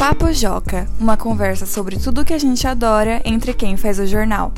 Papo Joca, uma conversa sobre tudo que a gente adora entre quem faz o jornal.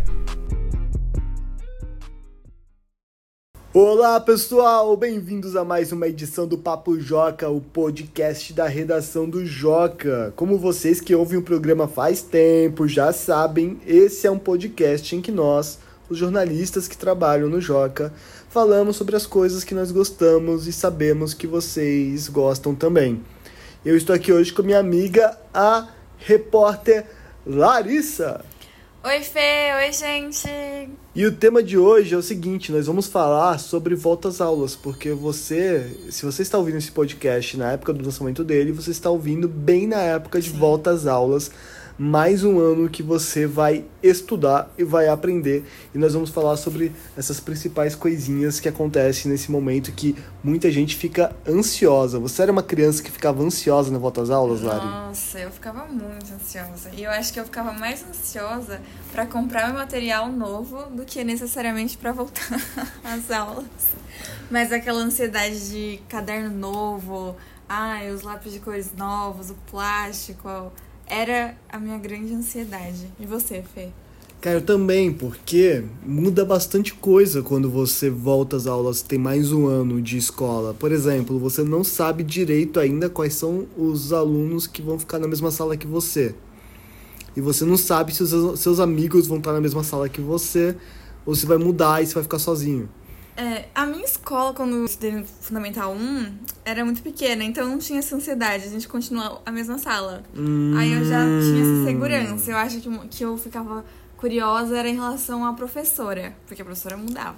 Olá pessoal, bem-vindos a mais uma edição do Papo Joca, o podcast da redação do Joca. Como vocês que ouvem o programa faz tempo já sabem, esse é um podcast em que nós, os jornalistas que trabalham no Joca, falamos sobre as coisas que nós gostamos e sabemos que vocês gostam também. Eu estou aqui hoje com minha amiga, a repórter Larissa. Oi Fê, oi gente! E o tema de hoje é o seguinte, nós vamos falar sobre volta às aulas, porque se você está ouvindo esse podcast na época do lançamento dele, você está ouvindo bem na época de volta às aulas, mais um ano que você vai estudar e vai aprender, e nós vamos falar sobre essas principais coisinhas que acontecem nesse momento que muita gente fica ansiosa. Você era uma criança que ficava ansiosa na volta às aulas, Lari? Nossa, eu ficava muito ansiosa. E eu acho que eu ficava mais ansiosa para comprar meu material novo do que necessariamente para voltar às aulas. Mas aquela ansiedade de caderno novo, os lápis de cores novos, o plástico, era a minha grande ansiedade. E você, Fê? Cara, eu também, porque muda bastante coisa quando você volta às aulas, tem mais um ano de escola. Por exemplo, você não sabe direito ainda quais são os alunos que vão ficar na mesma sala que você. E você não sabe se os seus amigos vão estar na mesma sala que você, ou se vai mudar e você vai ficar sozinho. A minha escola, quando eu estudei no Fundamental 1, era muito pequena, então não tinha essa ansiedade, a gente continuava a mesma sala. Aí eu já tinha essa segurança. Eu acho que eu ficava curiosa era em relação à professora, porque a professora mudava.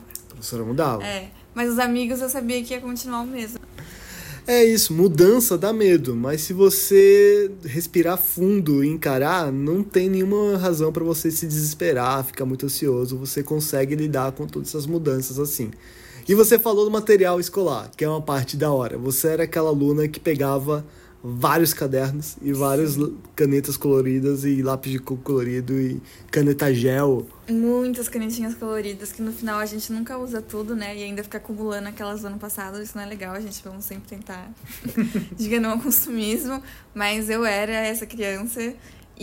Mas os amigos eu sabia que ia continuar o mesmo. É isso, mudança dá medo, mas se você respirar fundo e encarar, não tem nenhuma razão para você se desesperar, ficar muito ansioso, você consegue lidar com todas essas mudanças assim. E você falou do material escolar, que é uma parte da hora. Você era aquela aluna que pegava vários cadernos e várias canetas coloridas e lápis de cor colorido e caneta gel. Muitas canetinhas coloridas que no final a gente nunca usa tudo, né? E ainda fica acumulando aquelas do ano passado. Isso não é legal, a gente vamos sempre tentar diga não ao consumismo. Mas eu era essa criança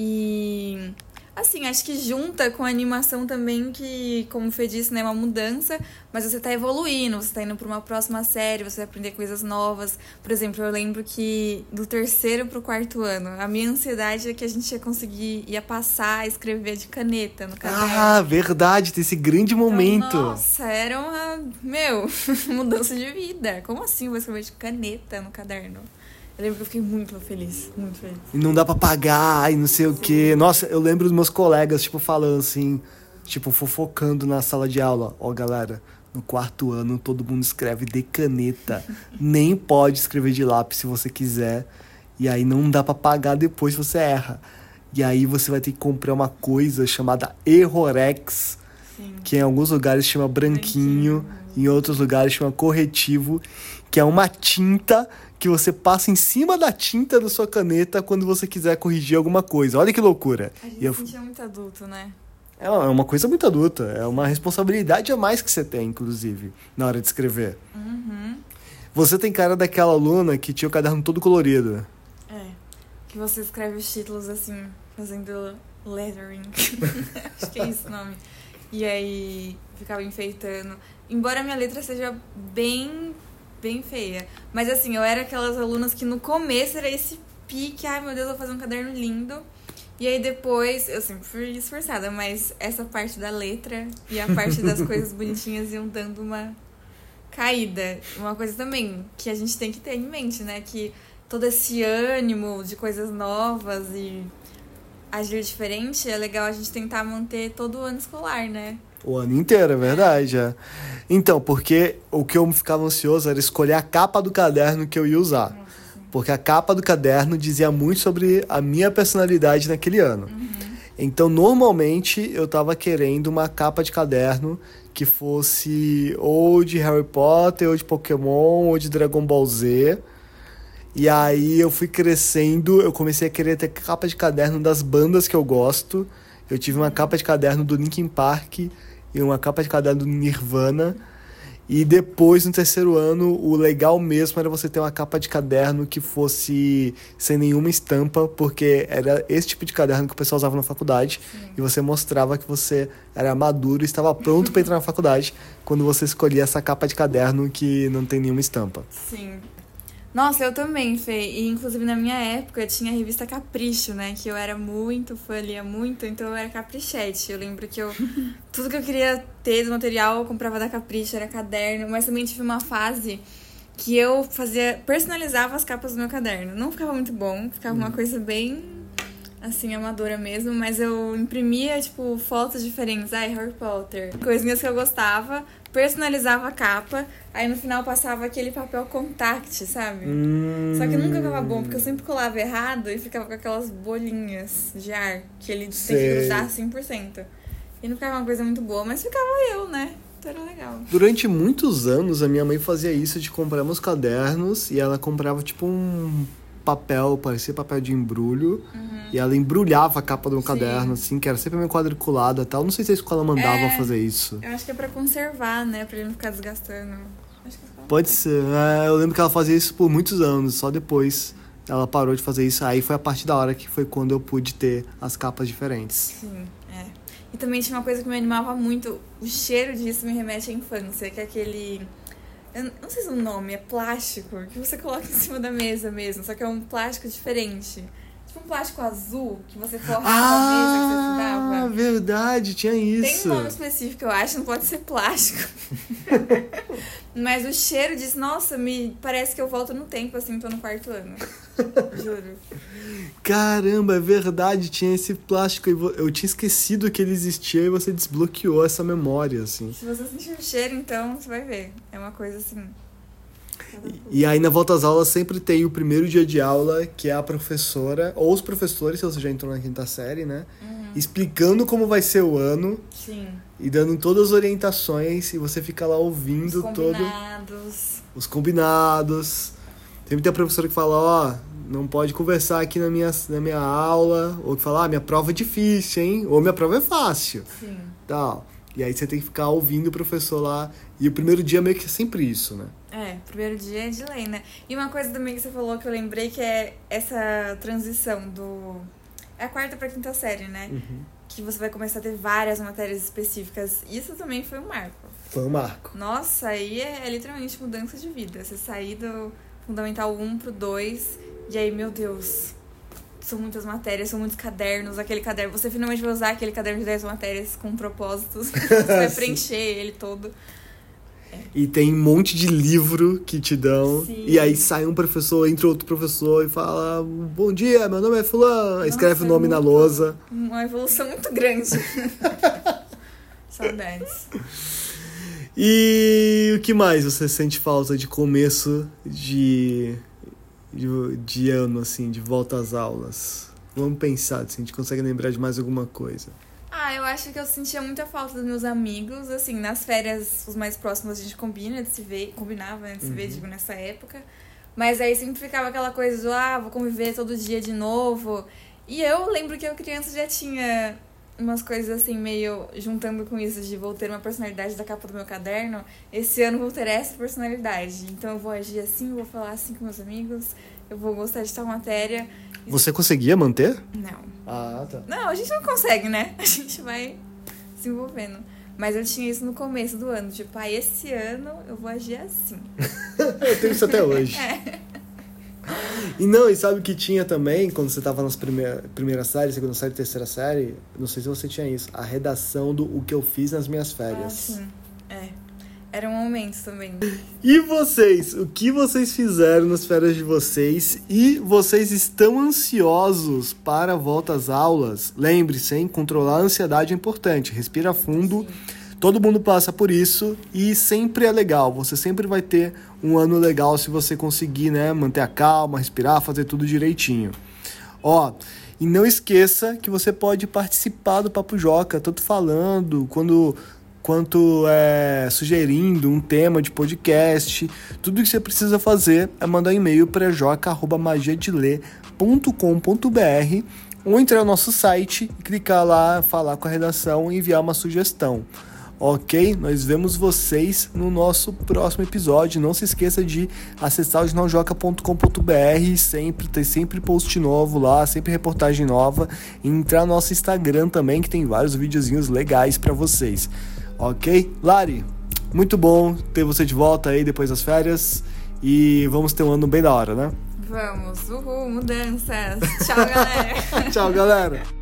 e... assim, acho que junta com a animação também que, como o Fê disse, né, é uma mudança, mas você tá evoluindo, você tá indo pra uma próxima série, você vai aprender coisas novas. Por exemplo, eu lembro que do 3º pro 4º ano, a minha ansiedade é que a gente ia passar a escrever de caneta no caderno. Ah, verdade, tem esse grande momento. Então, nossa, era uma, mudança de vida. Como assim eu vou escrever de caneta no caderno? Eu lembro que eu fiquei muito feliz, muito feliz. E não dá pra pagar e não sei o quê. Nossa, eu lembro dos meus colegas, falando assim, fofocando na sala de aula. Ó, galera, no 4º ano todo mundo escreve de caneta. Nem pode escrever de lápis se você quiser. E aí não dá pra pagar depois se você erra. E aí você vai ter que comprar uma coisa chamada Errorex, que em alguns lugares chama branquinho, em outros lugares chama corretivo, que é uma tinta que você passa em cima da tinta da sua caneta quando você quiser corrigir alguma coisa. Olha que loucura. A gente se sentia muito adulto, né? É uma coisa muito adulta. É uma responsabilidade a mais que você tem, inclusive, na hora de escrever. Uhum. Você tem cara daquela aluna que tinha o caderno todo colorido. Que você escreve os títulos assim, fazendo lettering. Acho que é esse o nome. E aí ficava enfeitando. Embora a minha letra seja bem feia. Mas assim, eu era aquelas alunas que no começo era esse pique, ai meu Deus, eu vou fazer um caderno lindo. E aí depois, eu sempre fui esforçada, mas essa parte da letra e a parte das coisas bonitinhas iam dando uma caída. Uma coisa também que a gente tem que ter em mente, né? Que todo esse ânimo de coisas novas e agir diferente, é legal a gente tentar manter todo o ano escolar, né? O ano inteiro, é verdade. É. Então, porque o que eu ficava ansioso era escolher a capa do caderno que eu ia usar. Nossa, porque a capa do caderno dizia muito sobre a minha personalidade naquele ano. Então, normalmente, eu tava querendo uma capa de caderno que fosse ou de Harry Potter, ou de Pokémon, ou de Dragon Ball Z. E aí eu fui crescendo, eu comecei a querer ter capa de caderno das bandas que eu gosto. Eu tive uma capa de caderno do Linkin Park e uma capa de caderno do Nirvana. E depois, no terceiro ano, o legal mesmo era você ter uma capa de caderno que fosse sem nenhuma estampa, porque era esse tipo de caderno que o pessoal usava na faculdade. E você mostrava que você era maduro e estava pronto para entrar na faculdade quando você escolhia essa capa de caderno que não tem nenhuma estampa. Sim. Nossa, eu também, Fê. E, inclusive, na minha época, tinha a revista Capricho, né? Que eu era muito fã, lia muito, então eu era caprichete. Eu lembro que tudo que eu queria ter do material, eu comprava da Capricho, era caderno. Mas também tive uma fase que eu personalizava as capas do meu caderno. Não ficava muito bom, ficava uma coisa bem, assim, amadora mesmo. Mas eu imprimia, tipo, fotos diferentes. Ai, Harry Potter. Coisinhas que eu gostava, personalizava a capa. Aí no final passava aquele papel contact, sabe? Só que nunca ficava bom, porque eu sempre colava errado e ficava com aquelas bolinhas de ar que ele tem que grudar 100%. E não ficava uma coisa muito boa, mas ficava eu, né? Então era legal. Durante muitos anos, a minha mãe fazia isso de comprar meus cadernos e ela comprava tipo um papel, parecia papel de embrulho, e ela embrulhava a capa do meu caderno, assim, que era sempre meio quadriculada e tal. Não sei se a escola mandava fazer isso. Eu acho que é pra conservar, né? Pra ele não ficar desgastando. Acho que Pode ser. Eu lembro que ela fazia isso por muitos anos, só depois ela parou de fazer isso. Aí foi a partir da hora que foi quando eu pude ter as capas diferentes. Sim, E também tinha uma coisa que me animava muito. O cheiro disso me remete à infância, que é aquele... Eu não sei se o nome é plástico, que você coloca em cima da mesa mesmo, só que é um plástico diferente. Tipo um plástico azul, que você forrava a mesa que você dava. Ah, verdade, tinha isso. Tem um nome específico, eu acho, não pode ser plástico. Mas o cheiro diz, nossa, me parece que eu volto no tempo, assim, tô no quarto ano. Juro. Caramba, é verdade, tinha esse plástico. Eu tinha esquecido que ele existia e você desbloqueou essa memória, assim. Se você sentir o cheiro, então, você vai ver. É uma coisa assim... E aí, na volta às aulas, sempre tem o primeiro dia de aula, que é a professora, ou os professores, se você já entrou na quinta série, né? Explicando como vai ser o ano. Sim. E dando todas as orientações, e você fica lá ouvindo os combinados. Sempre tem a professora que fala, não pode conversar aqui na minha aula, ou que fala, minha prova é difícil, hein? Ou minha prova é fácil. Sim. Tal. E aí você tem que ficar ouvindo o professor lá. E o primeiro dia meio que é sempre isso, né? Primeiro dia é de lei, né? E uma coisa também que você falou que eu lembrei, que é essa transição do... É a quarta pra quinta série, né? Que você vai começar a ter várias matérias específicas. Isso também foi um marco. Foi um marco. Nossa, aí é literalmente mudança de vida. Você sair do Fundamental 1 pro 2, e aí, meu Deus, são muitas matérias, são muitos cadernos. Aquele caderno, você finalmente vai usar aquele caderno de 10 matérias com propósitos. Você vai preencher ele todo. E tem um monte de livro que te dão. Sim. E aí sai um professor, entra outro professor e fala, bom dia, meu nome é fulano. Nossa, escreve o nome na lousa. Uma evolução muito grande. Saudades. E o que mais você sente falta de começo de ano, assim, de volta às aulas? Vamos pensar, se a gente consegue lembrar de mais alguma coisa. Eu acho que eu sentia muita falta dos meus amigos, assim, nas férias, os mais próximos a gente combinava, né, de se ver, digo, nessa época. Mas aí sempre ficava aquela coisa do, vou conviver todo dia de novo. E eu lembro que eu criança já tinha umas coisas assim, meio juntando com isso, de vou ter uma personalidade da capa do meu caderno. Esse ano vou ter essa personalidade. Então eu vou agir assim, eu vou falar assim com meus amigos, eu vou gostar de tal matéria. Você conseguia manter? Não. Tá. Não, a gente não consegue, né? A gente vai se envolvendo. Mas eu tinha isso no começo do ano. Tipo, esse ano eu vou agir assim. Eu tenho isso até hoje. E sabe o que tinha também, quando você tava nas primeira série, segunda série, terceira série? Não sei se você tinha isso. A redação do o que eu fiz nas minhas férias. Sim. Era um momento também. E vocês? O que vocês fizeram nas férias de vocês? E vocês estão ansiosos para a volta às aulas? Lembre-se, hein? Controlar a ansiedade é importante. Respira fundo. Sim. Todo mundo passa por isso e sempre é legal. Você sempre vai ter um ano legal se você conseguir, né? Manter a calma, respirar, fazer tudo direitinho. E não esqueça que você pode participar do Papo Joca, tanto falando, quanto sugerindo um tema de podcast. Tudo que você precisa fazer é mandar um e-mail para joca@magiadeler.com.br ou entrar no nosso site e clicar lá, falar com a redação e enviar uma sugestão. Ok? Nós vemos vocês no nosso próximo episódio. Não se esqueça de acessar o jornaljoca.com.br, tem sempre post novo lá, sempre reportagem nova. E entrar no nosso Instagram também, que tem vários videozinhos legais para vocês. Ok? Lari, muito bom ter você de volta aí depois das férias. E vamos ter um ano bem da hora, né? Vamos, uhul, mudanças. Tchau, galera. Tchau, galera.